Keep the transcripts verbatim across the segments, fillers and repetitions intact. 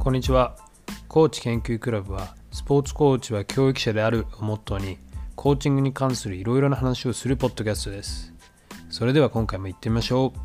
こんにちは。コーチ研究クラブはスポーツコーチは教育者であるをモットーにコーチングに関するいろいろな話をするポッドキャストです。それでは今回も行ってみましょう。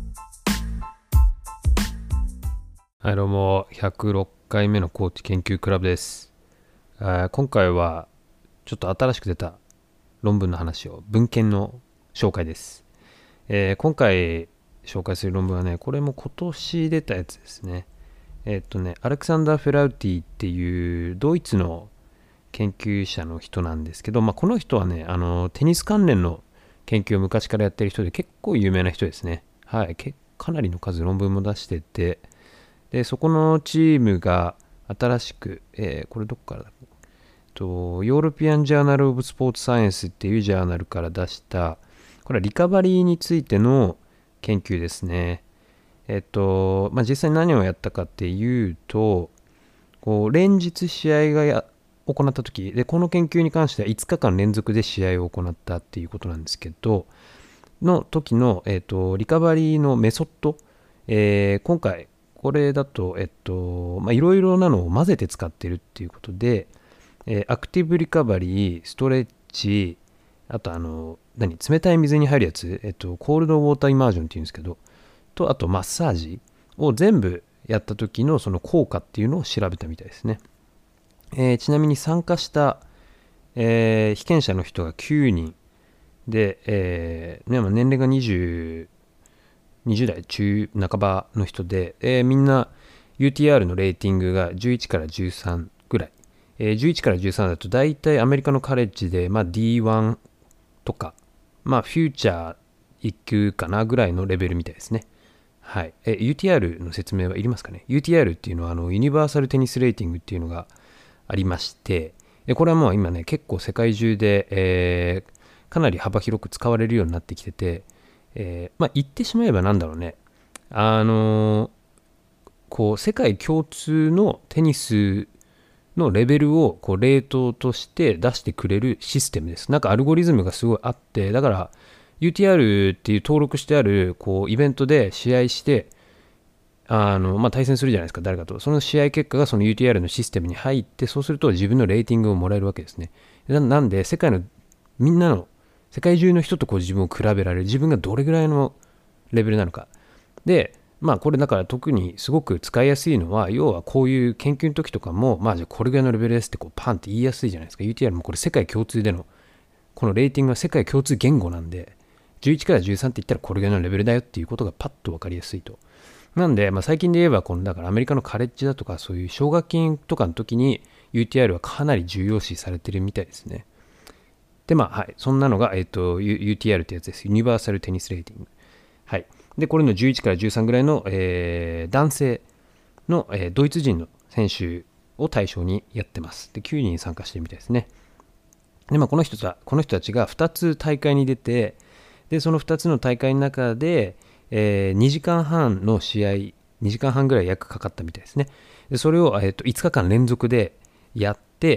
はい、どうもひゃくろっかいめのコーチ研究クラブです。あ今回はちょっと新しく出た論文の話を文献の紹介です。えー、今回紹介する論文はね、これも今年出たやつですね。えっとね、アレクサンダー・フェラウティっていうドイツの研究者の人なんですけど、まあ、この人はね、あのテニス関連の研究を昔からやってる人で結構有名な人ですね。はい、かなりの数論文も出してて、でそこのチームが新しく、えー、これどこからだろうと、ヨーロピアン・ジャーナル・オブ・スポーツ・サイエンスっていうジャーナルから出した、これはリカバリーについての研究ですね。えっと、まあ、実際何をやったかっていうと、こう連日試合がや行った時で、この研究に関してはいつかかん連続で試合を行ったっていうことなんですけど、の時の、えっと、リカバリーのメソッド、えー、今回これだと、えっと、まあ、いろいろなのを混ぜて使ってるっていうことで、えー、アクティブリカバリー、ストレッチ、あとあの、何、冷たい水に入るやつ、えっと、コールドウォーターイマージョンっていうんですけど、とあとマッサージを全部やった時のその効果っていうのを調べたみたいですね。えー、ちなみに参加した、えー、被験者の人がきゅうにんで、えーね、年齢が20、にじゅう代中半ばの人で、えー、みんな ユーティーアール のレーティングがじゅういちからじゅうさんぐらい、えー、じゅういちからじゅうさんだと大体アメリカのカレッジで、まあ、ディーワン とか、まあ、フューチャーいっ級かなぐらいのレベルみたいですね。はい、え ユーティーアール の説明はいりますかね。 ユーティーアール っていうのはあのユニバーサルテニスレーティングっていうのがありまして、これはもう今ね結構世界中で、えー、かなり幅広く使われるようになってきてて、えー、まあ言ってしまえばなんだろうね、あのー、こう世界共通のテニスのレベルをこうレートとして出してくれるシステムです。なんかアルゴリズムがすごいあって、だからユーティーアール っていう登録してあるこうイベントで試合してあの、まあ、対戦するじゃないですか、誰かと。その試合結果がその ユーティーアール のシステムに入って、そうすると自分のレーティングをもらえるわけですね。ななんで世界のみんなの世界中の人とこう自分を比べられる、自分がどれぐらいのレベルなのかで、まあこれだから特にすごく使いやすいのは、要はこういう研究の時とかも、まあじゃあこれぐらいのレベルですってこうパンって言いやすいじゃないですか。 ユーティーアール もこれ世界共通でのこのレーティングは世界共通言語なんで、じゅういちからじゅうさんって言ったらこれぐらいのレベルだよっていうことがパッと分かりやすいと。なんで、まあ、最近で言えばこのだからアメリカのカレッジだとかそういう奨学金とかの時に ユーティーアール はかなり重要視されてるみたいですね。でまあはい、そんなのが、えーと、ユーティーアール ってやつです。ユニバーサルテニスレーティング。はい。でこれのじゅういちからじゅうさんぐらいの、えー男性の、えードイツ人の選手を対象にやってます。できゅうにん参加してるみたいですね。でまあこの人たこの人たちがふたつ大会に出て、でそのふたつの大会の中で、えー、にじかんはんの試合、にじかんはんぐらい約かかったみたいですね。でそれを、えー、といつかかん連続でやって、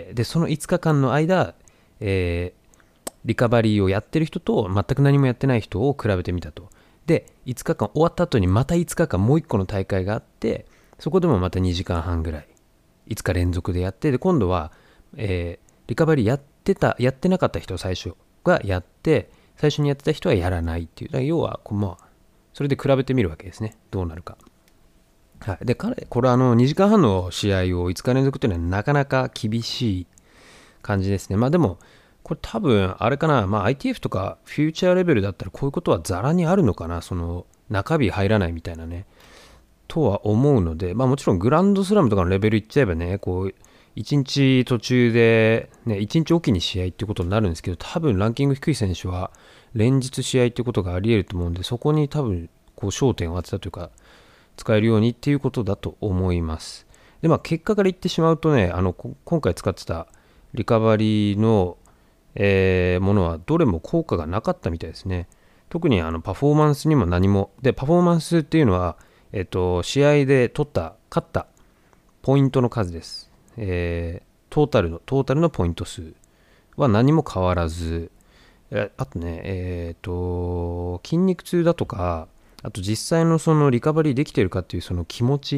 でそのいつかかんの間、えーリカバリーをやってる人と全く何もやってない人を比べてみたと。でいつかかん終わった後にまたいつかかんもういっこの大会があって、そこでもまたにじかんはんぐらいいつか連続でやって、で今度は、えーリカバリーやってたやってなかった人を最初がやって、最初にやってた人はやらないっていう、だから要はこう、まあ、それで比べてみるわけですね、どうなるか。はい、で彼これあのにじかんはんの試合をいつか連続っていうのはなかなか厳しい感じですね。まあでもこれ多分あれかな、まあ、アイティーエフ とかフューチャーレベルだったらこういうことはザラにあるのかな、その中日入らないみたいなねとは思うので、まあもちろんグランドスラムとかのレベルいっちゃえばね、こういちにち途中で、ね、いちにちおきに試合ってことになるんですけど、多分ランキング低い選手は連日試合ってことがあり得ると思うんで、そこに多分こう焦点を当てたというか使えるようにっていうことだと思います。でまあ結果から言ってしまうとね、あの今回使ってたリカバリーの、えーものはどれも効果がなかったみたいですね。特にあのパフォーマンスにも何もで、パフォーマンスっていうのは、えっと、試合で取った勝ったポイントの数です。えートータルのトータルのポイント数は何も変わらず、えあとね、えっと筋肉痛だとか、あと実際のそのリカバリーできてるかっていうその気持ち、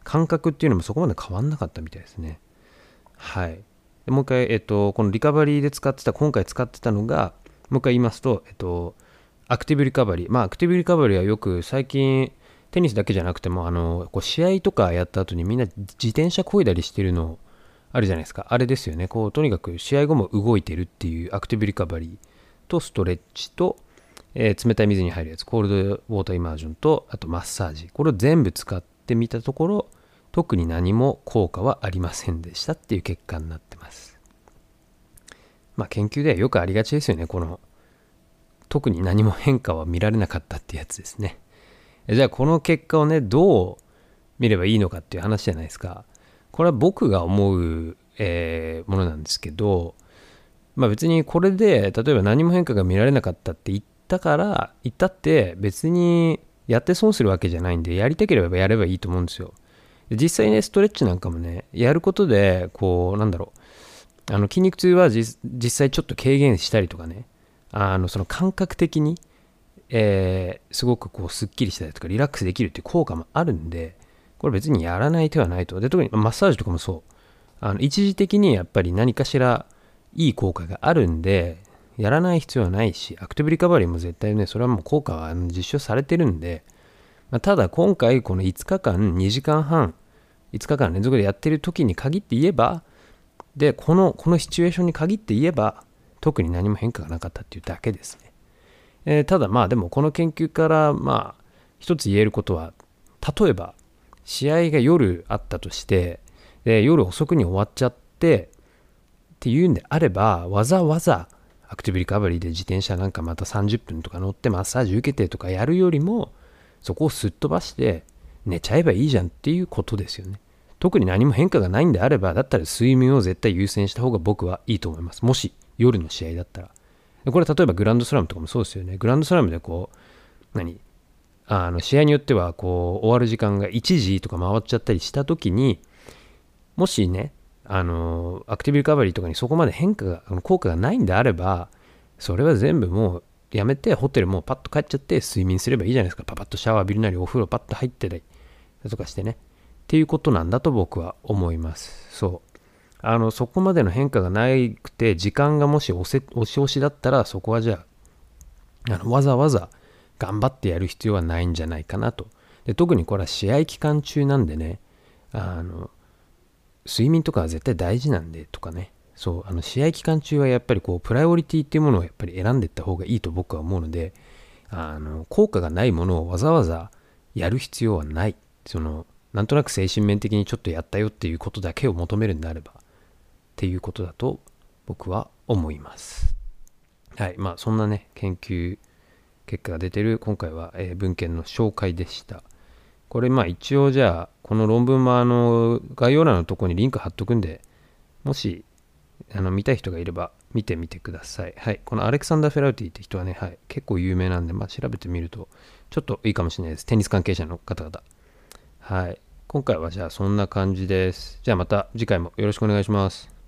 感覚っていうのもそこまで変わんなかったみたいですね。はい。でもう一回、えっと、このリカバリーで使ってた、今回使ってたのが、もう一回言いますと、えっと、アクティブリカバリー。まあ、アクティブリカバリーはよく最近、テニスだけじゃなくても、あの、こう試合とかやった後にみんな自転車漕いだりしてるのあるじゃないですか。あれですよね。こう、とにかく試合後も動いてるっていうアクティブリカバリーとストレッチと、えー冷たい水に入るやつ、コールドウォーターイマージョンと、あとマッサージ。これを全部使ってみたところ、特に何も効果はありませんでしたっていう結果になってます。まあ研究ではよくありがちですよね。この特に何も変化は見られなかったってやつですね。じゃあこの結果をね、どう見ればいいのかっていう話じゃないですか。これは僕が思う、えーものなんですけど、まあ別にこれで例えば何も変化が見られなかったって言ったから言ったって別にやって損するわけじゃないんで、やりたければやればいいと思うんですよ。で実際ね、ストレッチなんかもね、やることでこうなんだろう、あの筋肉痛は実実際ちょっと軽減したりとかね、あのその感覚的に、えーすごくこうすっきりしたりとかリラックスできるっていう効果もあるんで、これ別にやらない手はないと。で特にマッサージとかもそう、あの一時的にやっぱり何かしらいい効果があるんで、やらない必要はないし、アクティブリカバリーも絶対ね、それはもう効果は実証されてるんで、まあ、ただ今回このいつかかんにじかんはん、いつかかん連続でやってる時に限って言えば、で、この、このシチュエーションに限って言えば、特に何も変化がなかったっていうだけですね。えーただまあでもこの研究からまあ一つ言えることは、例えば試合が夜あったとして、で夜遅くに終わっちゃってっていうんであれば、わざわざアクティブリカバリーで自転車なんかまたさんじゅっぷんとか乗ってマッサージ受けてとかやるよりも、そこをすっ飛ばして寝ちゃえばいいじゃんっていうことですよね。特に何も変化がないんであれば、だったら睡眠を絶対優先した方が僕はいいと思います。もし夜の試合だったら。これ例えばグランドスラムとかもそうですよね。グランドスラムでこう、何あの試合によってはこう終わる時間がいちじとか回っちゃったりした時に、もしね、あのアクティブリカバリーとかにそこまで変化が効果がないんであれば、それは全部もうやめて、ホテルもうパッと帰っちゃって睡眠すればいいじゃないですか。パパッとシャワー浴びるなりお風呂パッと入ってたりとかしてね、っていうことなんだと僕は思います。そうあのそこまでの変化がなくて、時間がもし押せ押し押しだったら、そこはじゃあ、あのわざわざ頑張ってやる必要はないんじゃないかなと。で特にこれは試合期間中なんでね、あの睡眠とかは絶対大事なんでとかね、そうあの試合期間中はやっぱりこうプライオリティっていうものをやっぱり選んでいった方がいいと僕は思うので、あの効果がないものをわざわざやる必要はない。そのなんとなく精神面的にちょっとやったよっていうことだけを求めるんであればっていうことだと僕は思います。はい、まあそんなね研究結果が出てる今回は、えー文献の紹介でした。これまあ一応じゃあこの論文もあの概要欄のところにリンク貼っとくんで、もしあの見たい人がいれば見てみてください。はい、このアレクサンダー・フェラウティって人はね、はい、結構有名なんで、まあ、調べてみるとちょっといいかもしれないです。テニス関係者の方々。はい、今回はじゃあそんな感じです。じゃあまた次回もよろしくお願いします。